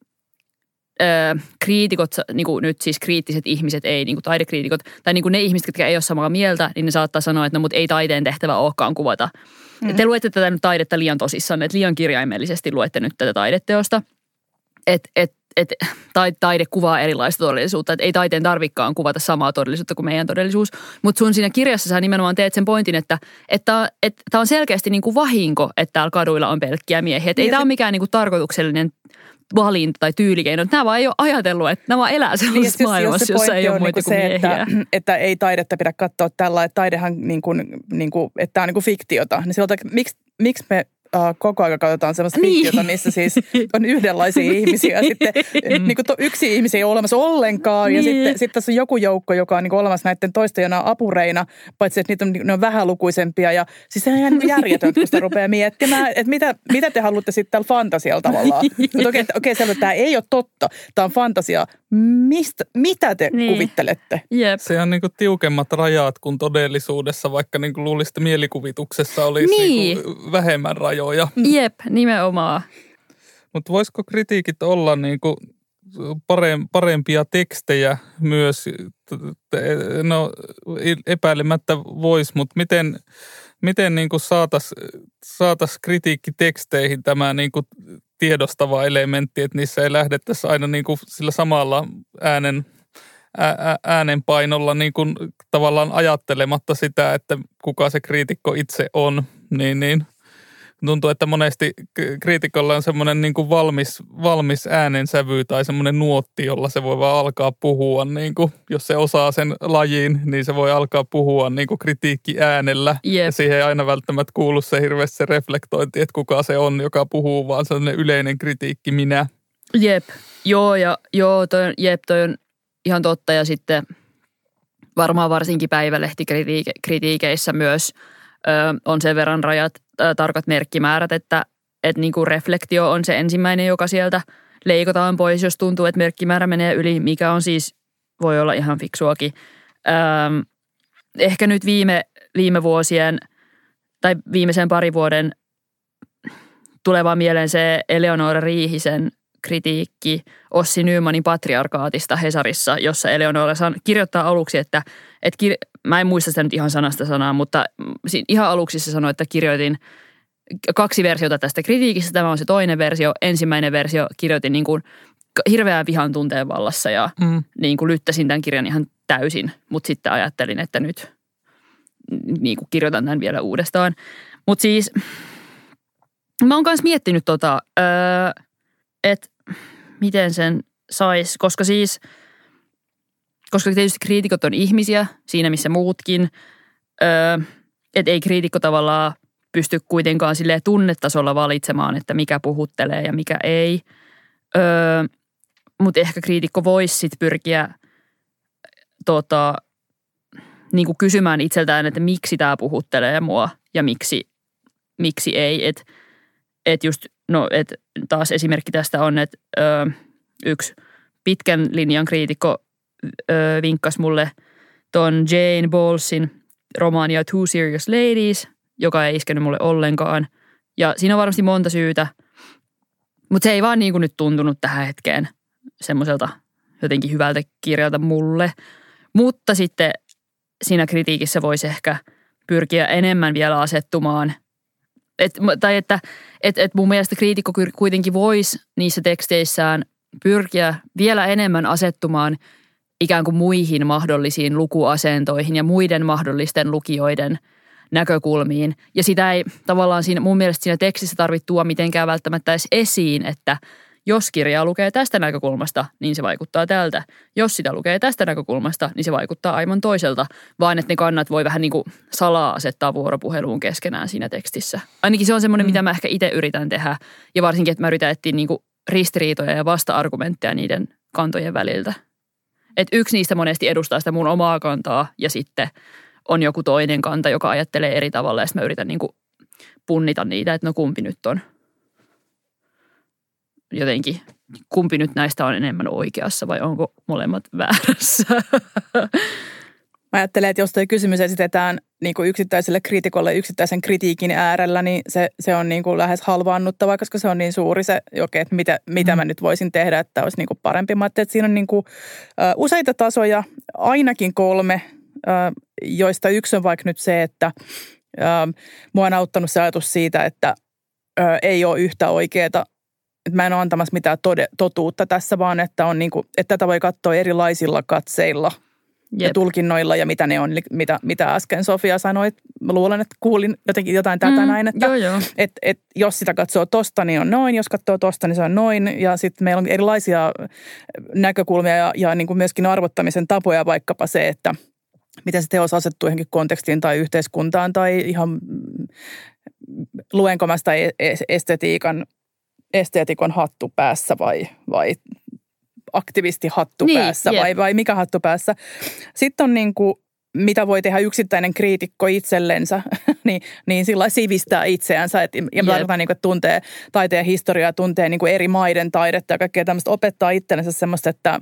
Speaker 2: öö, kriitikot, niin kuin nyt siis kriittiset ihmiset, ei niin kuin taidekriitikot, tai niin kuin ne ihmiset, jotka ei ole samaa mieltä, niin ne saattaa sanoa, että no mut ei taiteen tehtävä olekaan kuvata. Mm. Te luette tätä nyt taidetta liian tosissaan, että liian kirjaimellisesti luette nyt tätä taideteosta, että et, et, taide kuvaa erilaista todellisuutta, että ei taiteen tarvikaan kuvata samaa todellisuutta kuin meidän todellisuus. Mutta sun siinä kirjassa sä nimenomaan teet sen pointin, että tämä että, että on selkeästi niin kuin vahinko, että täällä kaduilla on pelkkiä miehiä. Että ei tämä ole mikään niin kuin tarkoituksellinen valinta tai tyylikeino. Nämä vaan ei ole ajatellut, että nämä elää sellaisessa niin, maailmassa, jossa ei ole muita
Speaker 3: niin
Speaker 2: kuin
Speaker 3: se,
Speaker 2: miehiä.
Speaker 3: Että, että ei taidetta pidä katsoa tällä, että taidehan niin kuin, niin kuin, että tämä on niin kuin fiktiota. Niin siltä, miksi, miksi me Uh, koko ajan katsotaan sellaista niin. fiktiota, missä siis on yhdenlaisia ihmisiä ja sitten mm. niin kuin to, yksi ihmisiä ei ole olemassa ollenkaan niin. ja sitten sit tässä on joku joukko, joka on niin kuin olemassa näiden toisten jona apureina, paitsi että niitä on, ne on vähälukuisempia ja siis se on ihan niin järjetöntä, kun sitä rupeaa miettimään, että mitä, mitä te haluatte sitten tällä fantasialla tavallaan. Mutta okei, okei selvä, tämä ei ole totta, tämä on fantasia. Mistä, mitä te niin. kuvittelette?
Speaker 2: Jep.
Speaker 1: Se on niin kuin tiukemmat rajat kuin todellisuudessa, vaikka niin kuin luulisi, että mielikuvituksessa olisi
Speaker 2: niin.
Speaker 1: niin kuin vähemmän rajoja.
Speaker 2: Jep, nimenomaan.
Speaker 1: Mutta voisiko kritiikit olla niin kuin parempia tekstejä myös? No epäilemättä voisi, mutta miten, miten niin kuin saataisiin saatais kritiikkiteksteihin tämä niin kuin tiedostava elementti, että niissä ei lähdettäisi aina niin kuin sillä samalla äänen, ää, äänenpainolla niin kuin tavallaan ajattelematta sitä, että kuka se kriitikko itse on, niin niin. Tuntuu, että monesti kriitikolla on semmoinen niin kuin valmis, valmis äänensävy tai semmoinen nuotti, jolla se voi vaan alkaa puhua. Niin kuin, jos se osaa sen lajin, niin se voi alkaa puhua niin kuin kritiikki äänellä.
Speaker 2: Jep.
Speaker 1: Ja siihen ei aina välttämättä kuulu se hirveästi se reflektointi, että kuka se on, joka puhuu, vaan sellainen yleinen kritiikki minä.
Speaker 2: Jep, joo ja joo, toi on, jep, toi on ihan totta ja sitten varmaan varsinkin päivälehtikritiikeissä myös ö, on sen verran rajat, ö, tarkat merkkimäärät, että et niinku reflektio on se ensimmäinen, joka sieltä leikotaan pois, jos tuntuu, että merkkimäärä menee yli, mikä on siis, voi olla ihan fiksuakin. Ö, ehkä nyt viime, viime vuosien tai viimeisen parin vuoden tuleva mieleen se Eleonora Riihisen kritiikki Ossi Nymanin patriarkaatista Hesarissa, jossa Eleonora kirjoittaa aluksi, että, että kir- mä en muista sitä nyt ihan sanasta sanaa, mutta ihan aluksi se sanoi, että kirjoitin kaksi versiota tästä kritiikistä. Tämä on se toinen versio. Ensimmäinen versio kirjoitin niin kuin hirveän vihan tunteen vallassa ja mm. niin kuin lyttäsin tämän kirjan ihan täysin, mutta sitten ajattelin, että nyt niin kuin kirjoitan tämän vielä uudestaan. Mutta siis mä oon myös miettinyt tota, öö, että miten sen saisi, koska siis, koska tietysti kriitikot on ihmisiä siinä missä muutkin, öö, että ei kriitikko tavallaan pysty kuitenkaan silleen tunnetasolla valitsemaan, että mikä puhuttelee ja mikä ei. Öö, mutta ehkä kriitikko voisi sitten pyrkiä tota, niin kuin kysymään itseltään, että miksi tämä puhuttelee mua ja miksi, miksi ei. Että et just, no et taas esimerkki tästä on, että öö, yksi pitkän linjan kriitikko öö, vinkkasi mulle ton Jane Bowlesin romaania Two Serious Ladies, joka ei iskenyt mulle ollenkaan. Ja siinä on varmasti monta syytä, mutta se ei vaan niin kuin nyt tuntunut tähän hetkeen semmoiselta jotenkin hyvältä kirjalta mulle. Mutta sitten siinä kritiikissä voisi ehkä pyrkiä enemmän vielä asettumaan Et, tai että et, et mun mielestä kriitikko kuitenkin voisi niissä teksteissään pyrkiä vielä enemmän asettumaan ikään kuin muihin mahdollisiin lukuasentoihin ja muiden mahdollisten lukijoiden näkökulmiin. Ja sitä ei tavallaan siinä, mun mielestä siinä tekstissä tarvitse tuoda mitenkään välttämättä edes esiin, että jos kirjaa lukee tästä näkökulmasta, niin se vaikuttaa tältä. Jos sitä lukee tästä näkökulmasta, niin se vaikuttaa aivan toiselta, vaan että ne kannat voi vähän niin kuin salaa asettaa vuoropuheluun keskenään siinä tekstissä. Ainakin se on semmoinen, mm. mitä mä ehkä itse yritän tehdä, ja varsinkin, että mä yritän etsiä niin kuin ristiriitoja ja vasta-argumentteja niiden kantojen väliltä. Että yksi niistä monesti edustaa sitä mun omaa kantaa, ja sitten on joku toinen kanta, joka ajattelee eri tavalla, ja sitten mä yritän niin kuin punnita niitä, että no kumpi nyt on jotenkin, kumpi nyt näistä on enemmän oikeassa vai onko molemmat väärässä?
Speaker 3: Mä ajattelen, että jos toi kysymys esitetään niin kuin yksittäiselle kriitikolle yksittäisen kritiikin äärellä, niin se, se on niin kuin lähes halvaannuttavaa, koska se on niin suuri se, okay, että mitä, mitä mä nyt voisin tehdä, että olisi niin kuin parempi. Mä ajattelen, että siinä on niin kuin, ä, useita tasoja, ainakin kolme, ä, joista yksi on vaikka nyt se, että ä, mua on auttanut se ajatus siitä, että ä, ei ole yhtä oikeaa. Mä en ole antamassa mitään tode, totuutta tässä, vaan että, on niin kuin, että tätä voi katsoa erilaisilla katseilla Jep. ja tulkinnoilla ja mitä ne on, mitä, mitä äsken Sofia sanoi. Mä luulen, että kuulin jotenkin jotain tätä mm, näin, että
Speaker 2: joo, joo.
Speaker 3: Et, et, jos sitä katsoo tosta, niin on noin, jos katsoo tosta, niin se on noin. Ja sitten meillä on erilaisia näkökulmia ja, ja niin kuin myöskin arvottamisen tapoja, vaikkapa se, että miten se teos asettuu johonkin kontekstiin tai yhteiskuntaan tai ihan luenko mä sitä estetiikan esteetikon hattu päässä vai, vai aktivisti hattu
Speaker 2: niin,
Speaker 3: päässä
Speaker 2: yeah.
Speaker 3: vai, vai mikä hattu päässä. Sitten on niin kuin, mitä voi tehdä yksittäinen kriitikko itsellensä, niin, niin sillä sivistää itseänsä. Et, ja tarkoitan, niin kuin, että tuntee taiteen historiaa, tuntee niin kuin eri maiden taidetta ja kaikkea tämmöistä, opettaa itsellensä semmoista, että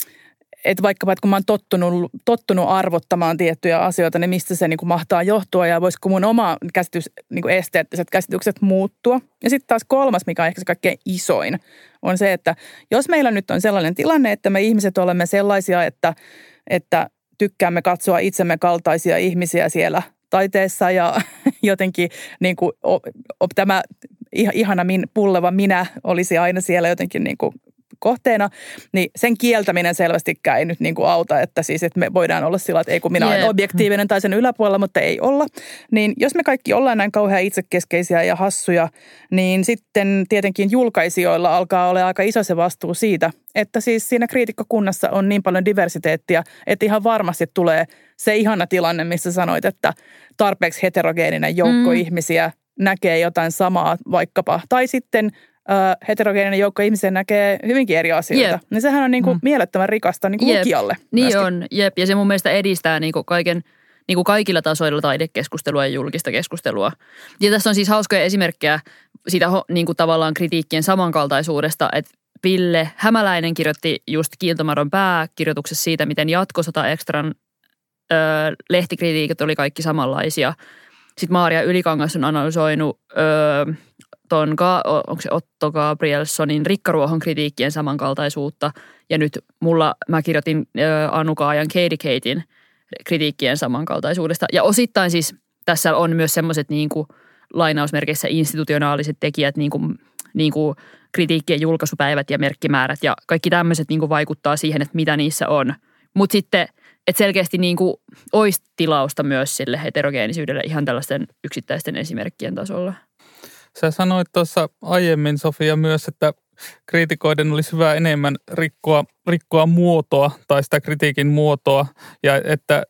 Speaker 3: että vaikkapa, että kun mä oon tottunut, tottunut arvottamaan tiettyjä asioita, niin mistä se niin kuin mahtaa johtua ja voisiko mun oma käsitys, niin kuin esteettiset käsitykset muuttua. Ja sitten taas kolmas, mikä on ehkä se kaikkein isoin, on se, että jos meillä nyt on sellainen tilanne, että me ihmiset olemme sellaisia, että, että tykkäämme katsoa itsemme kaltaisia ihmisiä siellä taiteessa ja jotenkin niin kuin, o, o, tämä ihana min, pulleva minä olisi aina siellä jotenkin niin kuin kohteena, niin sen kieltäminen selvästikään ei nyt niin kuin auta, että siis että me voidaan olla sillä, että ei kun minä olen yeah. objektiivinen tai sen yläpuolella, mutta ei olla. Niin jos me kaikki ollaan näin kauhean itsekeskeisiä ja hassuja, niin sitten tietenkin julkaisijoilla alkaa olla aika iso se vastuu siitä, että siis siinä kriitikkokunnassa on niin paljon diversiteettiä, että ihan varmasti tulee se ihana tilanne, missä sanoit, että tarpeeksi heterogeeninen joukko mm. ihmisiä näkee jotain samaa vaikkapa, tai sitten Uh, heterogeeninen joukko ihmisiä näkee hyvinkin eri asioita. Jep. Niin sehän on niinku mm. mielettömän rikasta niinku lukijalle.
Speaker 2: Niin myöskin. On, jep. Ja se mun mielestä edistää niinku kaiken, niinku kaikilla tasoilla taidekeskustelua ja julkista keskustelua. Ja tässä on siis hauskoja esimerkkejä siitä niinku tavallaan kritiikkien samankaltaisuudesta, että Ville Hämäläinen kirjoitti just Kiiltomaron pääkirjoituksessa siitä, miten Jatkosota Extran ö, lehtikritiikit oli kaikki samanlaisia. Sitten Maaria Ylikangas on analysoinut Ö, ton, onko se Otto Gabrielssonin Rikkaruohon kritiikkien samankaltaisuutta. Ja nyt mulla, mä kirjoitin Anu Kaajan Katie Katein kritiikkien samankaltaisuudesta. Ja osittain siis tässä on myös semmoiset niin kuin lainausmerkeissä institutionaaliset tekijät, niin kuin, niin kuin kritiikkien julkaisupäivät ja merkkimäärät ja kaikki tämmöiset niin kuin vaikuttaa siihen, että mitä niissä on. Mutta sitten, että selkeästi niin kuin olisi tilausta myös sille heterogeenisyydelle ihan tällaisten yksittäisten esimerkkien tasolla.
Speaker 1: Sä sanoit tuossa aiemmin, Sofia, myös, että kriitikoiden olisi hyvä enemmän rikkoa, rikkoa muotoa tai sitä kritiikin muotoa. Ja että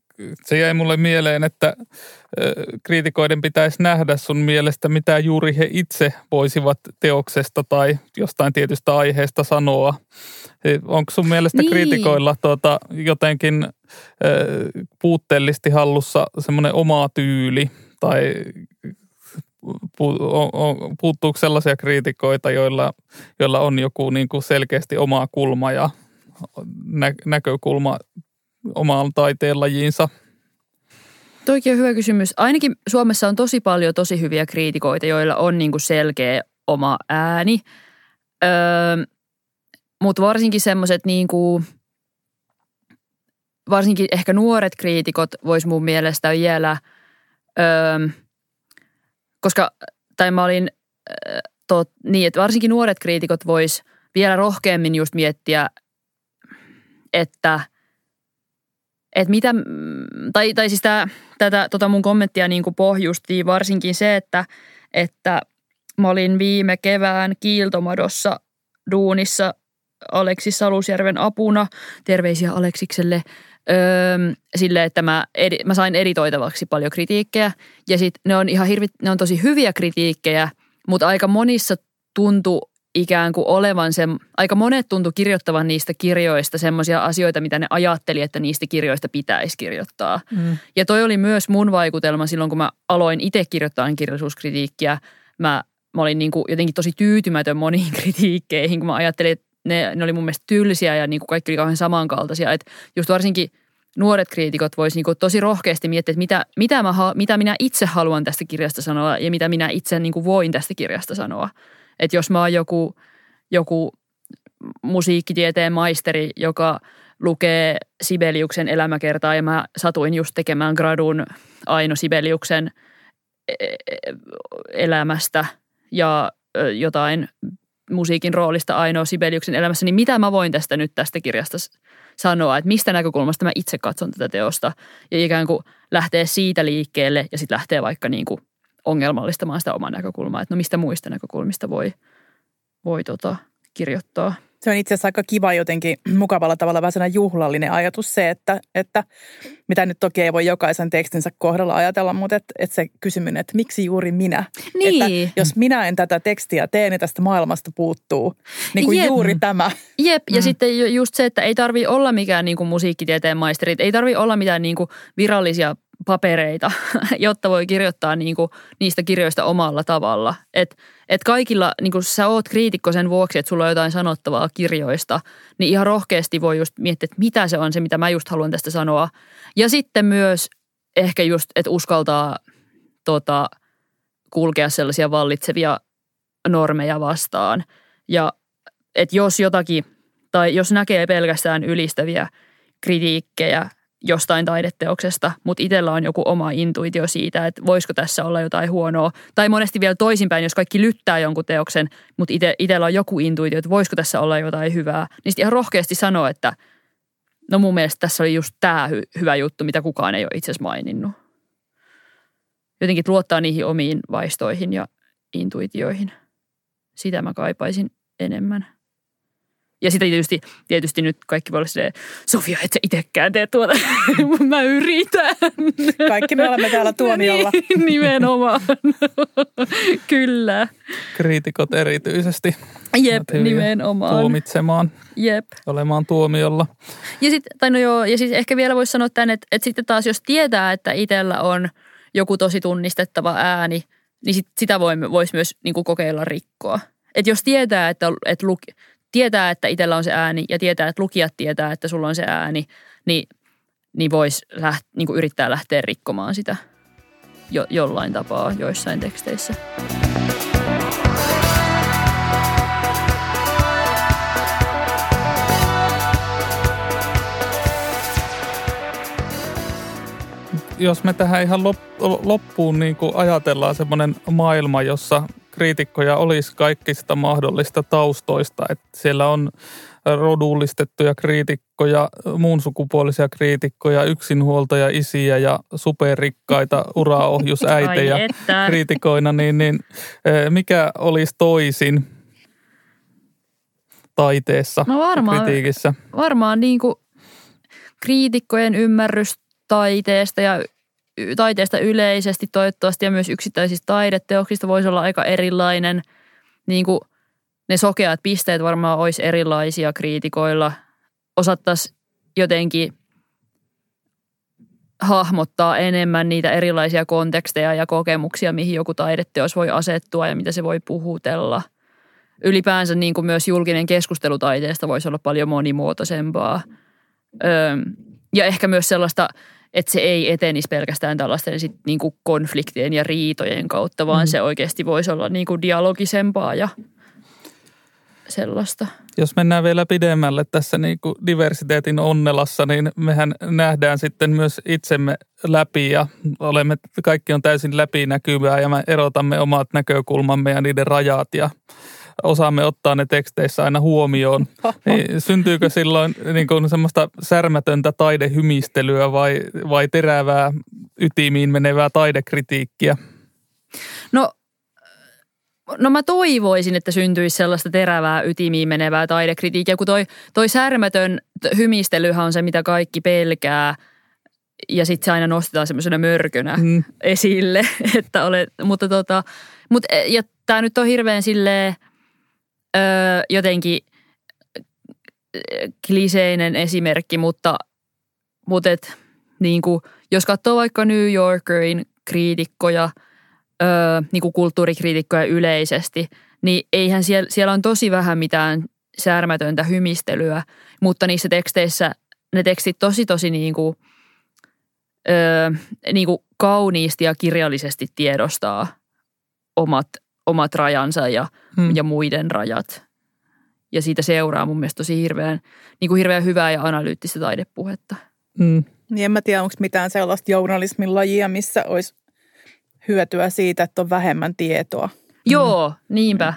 Speaker 1: se jäi mulle mieleen, että kriitikoiden pitäisi nähdä sun mielestä, mitä juuri he itse voisivat teoksesta tai jostain tietystä aiheesta sanoa. Onko sun mielestä niin. kriitikoilla tuota, jotenkin puutteellisesti hallussa semmoinen oma tyyli tai puuttuuko sellaisia kriitikoita, joilla, joilla on joku niin kuin selkeästi oma kulma ja nä, näkökulma omaan taiteen lajiinsa?
Speaker 2: Toikin on hyvä kysymys. Ainakin Suomessa on tosi paljon tosi hyviä kriitikoita, joilla on niin kuin selkeä oma ääni. Öö, mutta varsinkin semmoiset niin kuin, varsinkin ehkä nuoret kriitikot vois mun mielestä vielä, öö, koska tai mä olin äh, tot, niin, että varsinkin nuoret kriitikot vois vielä rohkeammin just miettiä, että että mitä, tai, tai siis tää, tätä tota mun kommenttia niin kuin pohjusti varsinkin se, että, että mä olin viime kevään Kiiltomadossa duunissa Aleksis Salusjärven apuna. Terveisiä Aleksikselle. Öö, sille, että mä, edi, mä sain editoitavaksi paljon kritiikkejä. Ja sit ne on ihan hirvit, ne on tosi hyviä kritiikkejä, mutta aika monissa tuntui ikään kuin olevan se, aika monet tuntui kirjoittavan niistä kirjoista semmoisia asioita, mitä ne ajatteli, että niistä kirjoista pitäisi kirjoittaa. Mm. Ja toi oli myös mun vaikutelma silloin, kun mä aloin itse kirjoittaa kirjallisuuskritiikkiä. Mä, mä olin niin kuin jotenkin tosi tyytymätön moniin kritiikkeihin, kun mä ajattelin, että ne, ne oli mun mielestä tylsiä ja niin kuin kaikki oli kauhean samankaltaisia. Että just varsinkin nuoret kriitikot vois niin kuin tosi rohkeasti miettiä, että mitä, mitä, mä, mitä minä itse haluan tästä kirjasta sanoa ja mitä minä itse niin kuin voin tästä kirjasta sanoa. Että jos mä oon joku, joku musiikkitieteen maisteri, joka lukee Sibeliuksen elämäkertaa ja mä satuin just tekemään gradun Aino Sibeliuksen elämästä ja jotain musiikin roolista Aino Sibeliuksen elämässä, niin mitä mä voin tästä nyt tästä kirjasta sanoa, että mistä näkökulmasta mä itse katson tätä teosta ja ikään kuin lähtee siitä liikkeelle ja sitten lähtee vaikka niin kuin ongelmallistamaan sitä omaa näkökulmaa, että no mistä muista näkökulmista voi, voi tota, kirjoittaa.
Speaker 3: Se on itse asiassa aika kiva jotenkin mukavalla tavalla vähän sellainen juhlallinen ajatus se, että, että mitä nyt toki ei voi jokaisen tekstinsä kohdalla ajatella, mutta että, että se kysymys, että miksi juuri minä?
Speaker 2: Niin.
Speaker 3: Että jos minä en tätä tekstiä tee, niin tästä maailmasta puuttuu niin kuin juuri tämä.
Speaker 2: Jep, ja mm. sitten just se, että ei tarvitse olla mikään niin kuin musiikkitieteen maisterit, ei tarvitse olla mitään niin kuin virallisia papereita, jotta voi kirjoittaa niin kuin niistä kirjoista omalla tavalla. Että et kaikilla, niin kuin sä oot kriitikko sen vuoksi, että sulla on jotain sanottavaa kirjoista, niin ihan rohkeasti voi just miettiä, että mitä se on se, mitä mä just haluan tästä sanoa. Ja sitten myös ehkä just, että uskaltaa tota, kulkea sellaisia vallitsevia normeja vastaan. Ja että jos jotakin, tai jos näkee pelkästään ylistäviä kritiikkejä jostain taideteoksesta, mutta itsellä on joku oma intuitio siitä, että voisiko tässä olla jotain huonoa. Tai monesti vielä toisinpäin, jos kaikki lyttää jonkun teoksen, mutta ite, itsellä on joku intuitio, että voisiko tässä olla jotain hyvää. Niin sitten ihan rohkeasti sanoo, että no mun mielestä tässä oli just tämä hy- hyvä juttu, mitä kukaan ei ole itse asiassa maininnut. Jotenkin luottaa niihin omiin vaistoihin ja intuitioihin. Sitä mä kaipaisin enemmän. Ja sitä tietysti, tietysti nyt kaikki voi olla silleen, Sofia, et sä itsekään tee tuota. Mä yritän.
Speaker 3: Kaikki me olemme täällä tuomiolla.
Speaker 2: Niin, nimenomaan. Kyllä.
Speaker 1: Kriitikot erityisesti.
Speaker 2: Jep, nimenomaan.
Speaker 1: Tuomitsemaan.
Speaker 2: Jep.
Speaker 1: Olemaan tuomiolla.
Speaker 2: Ja sit, tai no joo, ja siis ehkä vielä voisi sanoa tämän, että, että sitten taas jos tietää, että itsellä on joku tosi tunnistettava ääni, niin sit, sitä voi, voisi myös niin kuin kokeilla rikkoa. Että jos tietää, että, että luki, tietää, että itsellä on se ääni ja tietää, että lukijat tietää, että sulla on se ääni, niin, niin voisi läht, niin kuin yrittää lähteä rikkomaan sitä jo, jollain tapaa joissain teksteissä.
Speaker 1: Jos me tähän ihan loppuun niin kuin ajatellaan semmoinen maailma, jossa kriitikkoja olisi kaikista mahdollista taustoista, että siellä on rodullistettuja kriitikkoja, muun sukupuolisia kriitikkoja, yksinhuoltaja isiä ja superrikkaita uraohjusäitejä kriitikoina, niin, niin mikä olisi toisin taiteessa,
Speaker 2: no varmaan,
Speaker 1: kritiikissä?
Speaker 2: Varmaan niin kuin kriitikkojen ymmärrys taiteesta ja taiteesta yleisesti toivottavasti ja myös yksittäisistä taideteoksista voisi olla aika erilainen. Niin kuin ne sokeat pisteet varmaan olisi erilaisia kriitikoilla. Osattaisiin jotenkin hahmottaa enemmän niitä erilaisia konteksteja ja kokemuksia, mihin joku taideteos voi asettua ja mitä se voi puhutella. Ylipäänsä niin kuin myös julkinen keskustelu taiteesta voisi olla paljon monimuotoisempaa. Öö, ja ehkä myös sellaista, että se ei etenisi pelkästään tällaisten sit niinku konfliktien ja riitojen kautta, vaan mm. se oikeasti voisi olla niinku dialogisempaa ja sellaista.
Speaker 1: Jos mennään vielä pidemmälle tässä niin kuin diversiteetin onnelassa, niin mehän nähdään sitten myös itsemme läpi ja olemme, kaikki on täysin läpinäkyvää ja me erotamme omat näkökulmamme ja niiden rajat ja osaamme ottaa ne teksteissä aina huomioon. Niin syntyykö silloin niin kuin semmoista särmätöntä taidehymistelyä vai, vai terävää ytimiin menevää taidekritiikkiä?
Speaker 2: No, no mä toivoisin, että syntyisi sellaista terävää ytimiin menevää taidekritiikkiä, kun toi, toi särmätön hymistelyhän on se, mitä kaikki pelkää. Ja sitten se aina nostetaan semmoisena mörkönä mm. esille. Että olet, mutta tota, mut, ja tää nyt on hirveän silleen öö, jotenkin kliseinen esimerkki, mutta, mutta et, niin kuin, jos katsoo vaikka New Yorkerin kriitikkoja, öö, niin kuin kulttuurikriitikkoja yleisesti, niin eihän siellä, siellä on tosi vähän mitään särmätöntä hymistelyä, mutta niissä teksteissä ne tekstit tosi tosi niin kuin, öö, niin kuin kauniisti ja kirjallisesti tiedostaa omat, omat rajansa ja, hmm. ja muiden rajat. Ja siitä seuraa mun mielestä tosi hirveän, niin kuin hirveän hyvää ja analyyttistä taidepuhetta.
Speaker 3: Hmm. Niin en mä tiedä, onko mitään sellaista journalismin lajia, missä olisi hyötyä siitä, että on vähemmän tietoa.
Speaker 2: Joo, niinpä.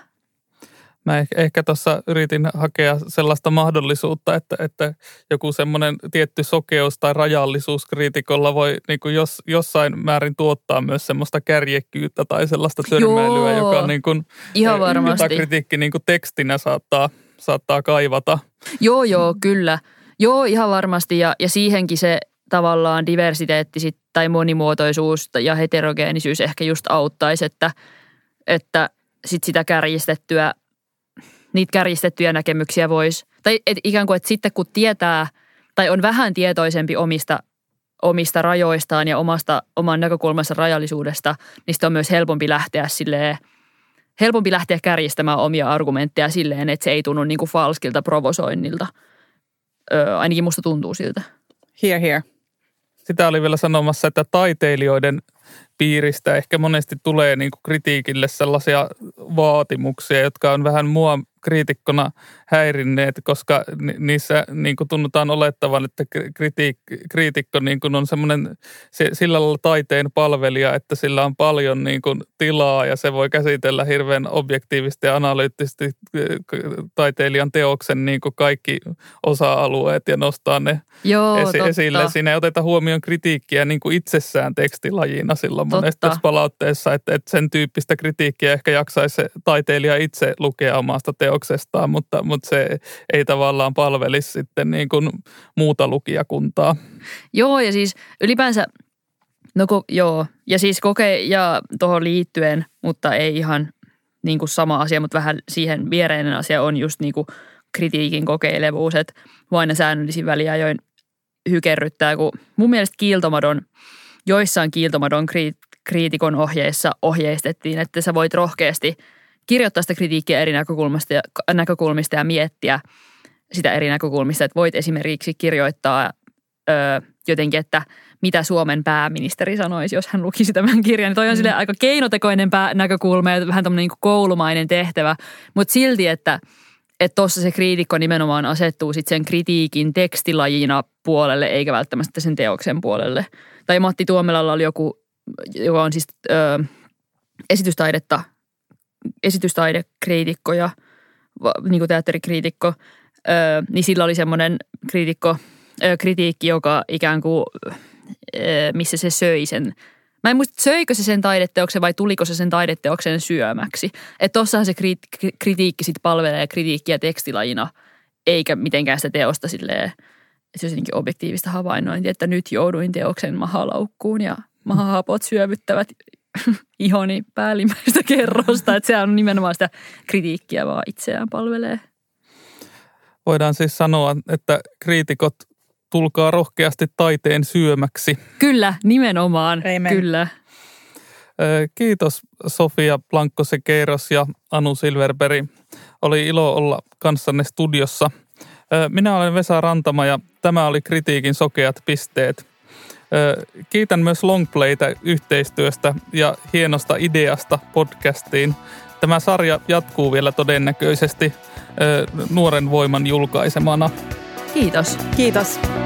Speaker 1: Mä ehkä, ehkä tuossa yritin hakea sellaista mahdollisuutta, että, että joku semmoinen tietty sokeus tai rajallisuus kriitikolla voi niin kuin jos, jossain määrin tuottaa myös semmoista kärjekkyyttä tai sellaista törmäilyä, Joo, joka niin kuin,
Speaker 2: ihan varmasti.
Speaker 1: Jota kritiikki niin kuin tekstinä saattaa, saattaa kaivata.
Speaker 2: Joo, joo, kyllä. Joo, ihan varmasti ja, ja siihenkin se tavallaan diversiteetti sit, tai monimuotoisuus ja heterogeenisyys ehkä just auttaisi, että, että sit sitä kärjistettyä niitä kärjistettyjä näkemyksiä voisi, tai et ikään kuin, että sitten kun tietää, tai on vähän tietoisempi omista, omista rajoistaan ja omasta, oman näkökulmansa rajallisuudesta, niin sitten on myös helpompi lähteä silleen, helpompi lähteä kärjistämään omia argumentteja silleen, että se ei tunnu niin kuin falskilta provosoinnilta. Öö, ainakin musta tuntuu siltä.
Speaker 3: Here, here.
Speaker 1: Sitä oli vielä sanomassa, että taiteilijoiden piiristä ehkä monesti tulee niin kuin kritiikille sellaisia vaatimuksia, jotka on vähän mua kriitikkona häirinneet, koska niissä niin kuin tunnutaan olettavan, että kritiik, kriitikko niin kuin on semmoinen sillä lailla taiteen palvelija, että sillä on paljon niin kuin tilaa ja se voi käsitellä hirveän objektiivisesti ja analyyttisesti taiteilijan teoksen niin kuin kaikki osa-alueet ja nostaa ne
Speaker 2: Joo,
Speaker 1: esi- esille. Siinä ei oteta huomioon kritiikkiä niin kuin itsessään tekstilajina silloin monesti tässä palautteessa, että, että sen tyyppistä kritiikkiä ehkä jaksaisi se taiteilija itse lukea omasta teoksestaan, mutta, mutta se ei tavallaan palvelisi sitten niin kuin muuta lukijakuntaa.
Speaker 2: Joo, ja siis ylipäänsä, no ko, joo, ja siis koke, ja tuohon liittyen, mutta ei ihan niin kuin sama asia, mutta vähän siihen viereinen asia on just niin kuin kritiikin kokeilevuus, että voi aina säännöllisin väliajoin hykerryttää, kun mun mielestä Kiiltomadon, joissain Kiiltomadon kriitikon ohjeissa ohjeistettiin, että sä voit rohkeasti kirjoittaa sitä kritiikkiä eri näkökulmista ja, näkökulmista ja miettiä sitä eri näkökulmista. Että voit esimerkiksi kirjoittaa ö, jotenkin, että mitä Suomen pääministeri sanoisi, jos hän lukisi tämän kirjan. Niin toi on mm. silleen aika keinotekoinen pää, näkökulma ja vähän tämmöinen niin kuin koulumainen tehtävä. Mutta silti, että tuossa se kriitikko nimenomaan asettuu sitten sen kritiikin tekstilajina puolelle, eikä välttämättä sen teoksen puolelle. Tai Matti Tuomelalla oli joku, joka on siis ö, esitystaidetta esitystaidekriitikko ja niin kuin teatterikriitikko, öö, niin sillä oli semmoinen kriitikko, öö, kritiikki, joka ikään kuin, öö, missä se söi sen. Mä en muista, söikö se sen taideteoksen vai tuliko se sen taideteoksen syömäksi. Että tossahan se kri- kritiikki sit palvelee kritiikkiä tekstilajina, eikä mitenkään sitä teosta silleen, että se olisi jotenkin objektiivista havainnointia, että nyt jouduin teoksen mahalaukkuun ja mahahapot syövyttävät ihoni päällimmäistä kerrosta, että se on nimenomaan sitä kritiikkiä vaan itseään palvelee.
Speaker 1: Voidaan siis sanoa, että kriitikot tulkaa rohkeasti taiteen syömäksi.
Speaker 2: Kyllä, nimenomaan,
Speaker 3: Amen.
Speaker 2: Kyllä.
Speaker 1: Kiitos Sofia Blankko-Sekeiros ja Anu Silverberg. Oli ilo olla kanssanne studiossa. Minä olen Vesa Rantama ja tämä oli Kritiikin sokeat pisteet. Kiitän myös Longplaytä yhteistyöstä ja hienosta ideasta podcastiin. Tämä sarja jatkuu vielä todennäköisesti ö, Nuoren Voiman julkaisemana.
Speaker 2: Kiitos.
Speaker 3: Kiitos.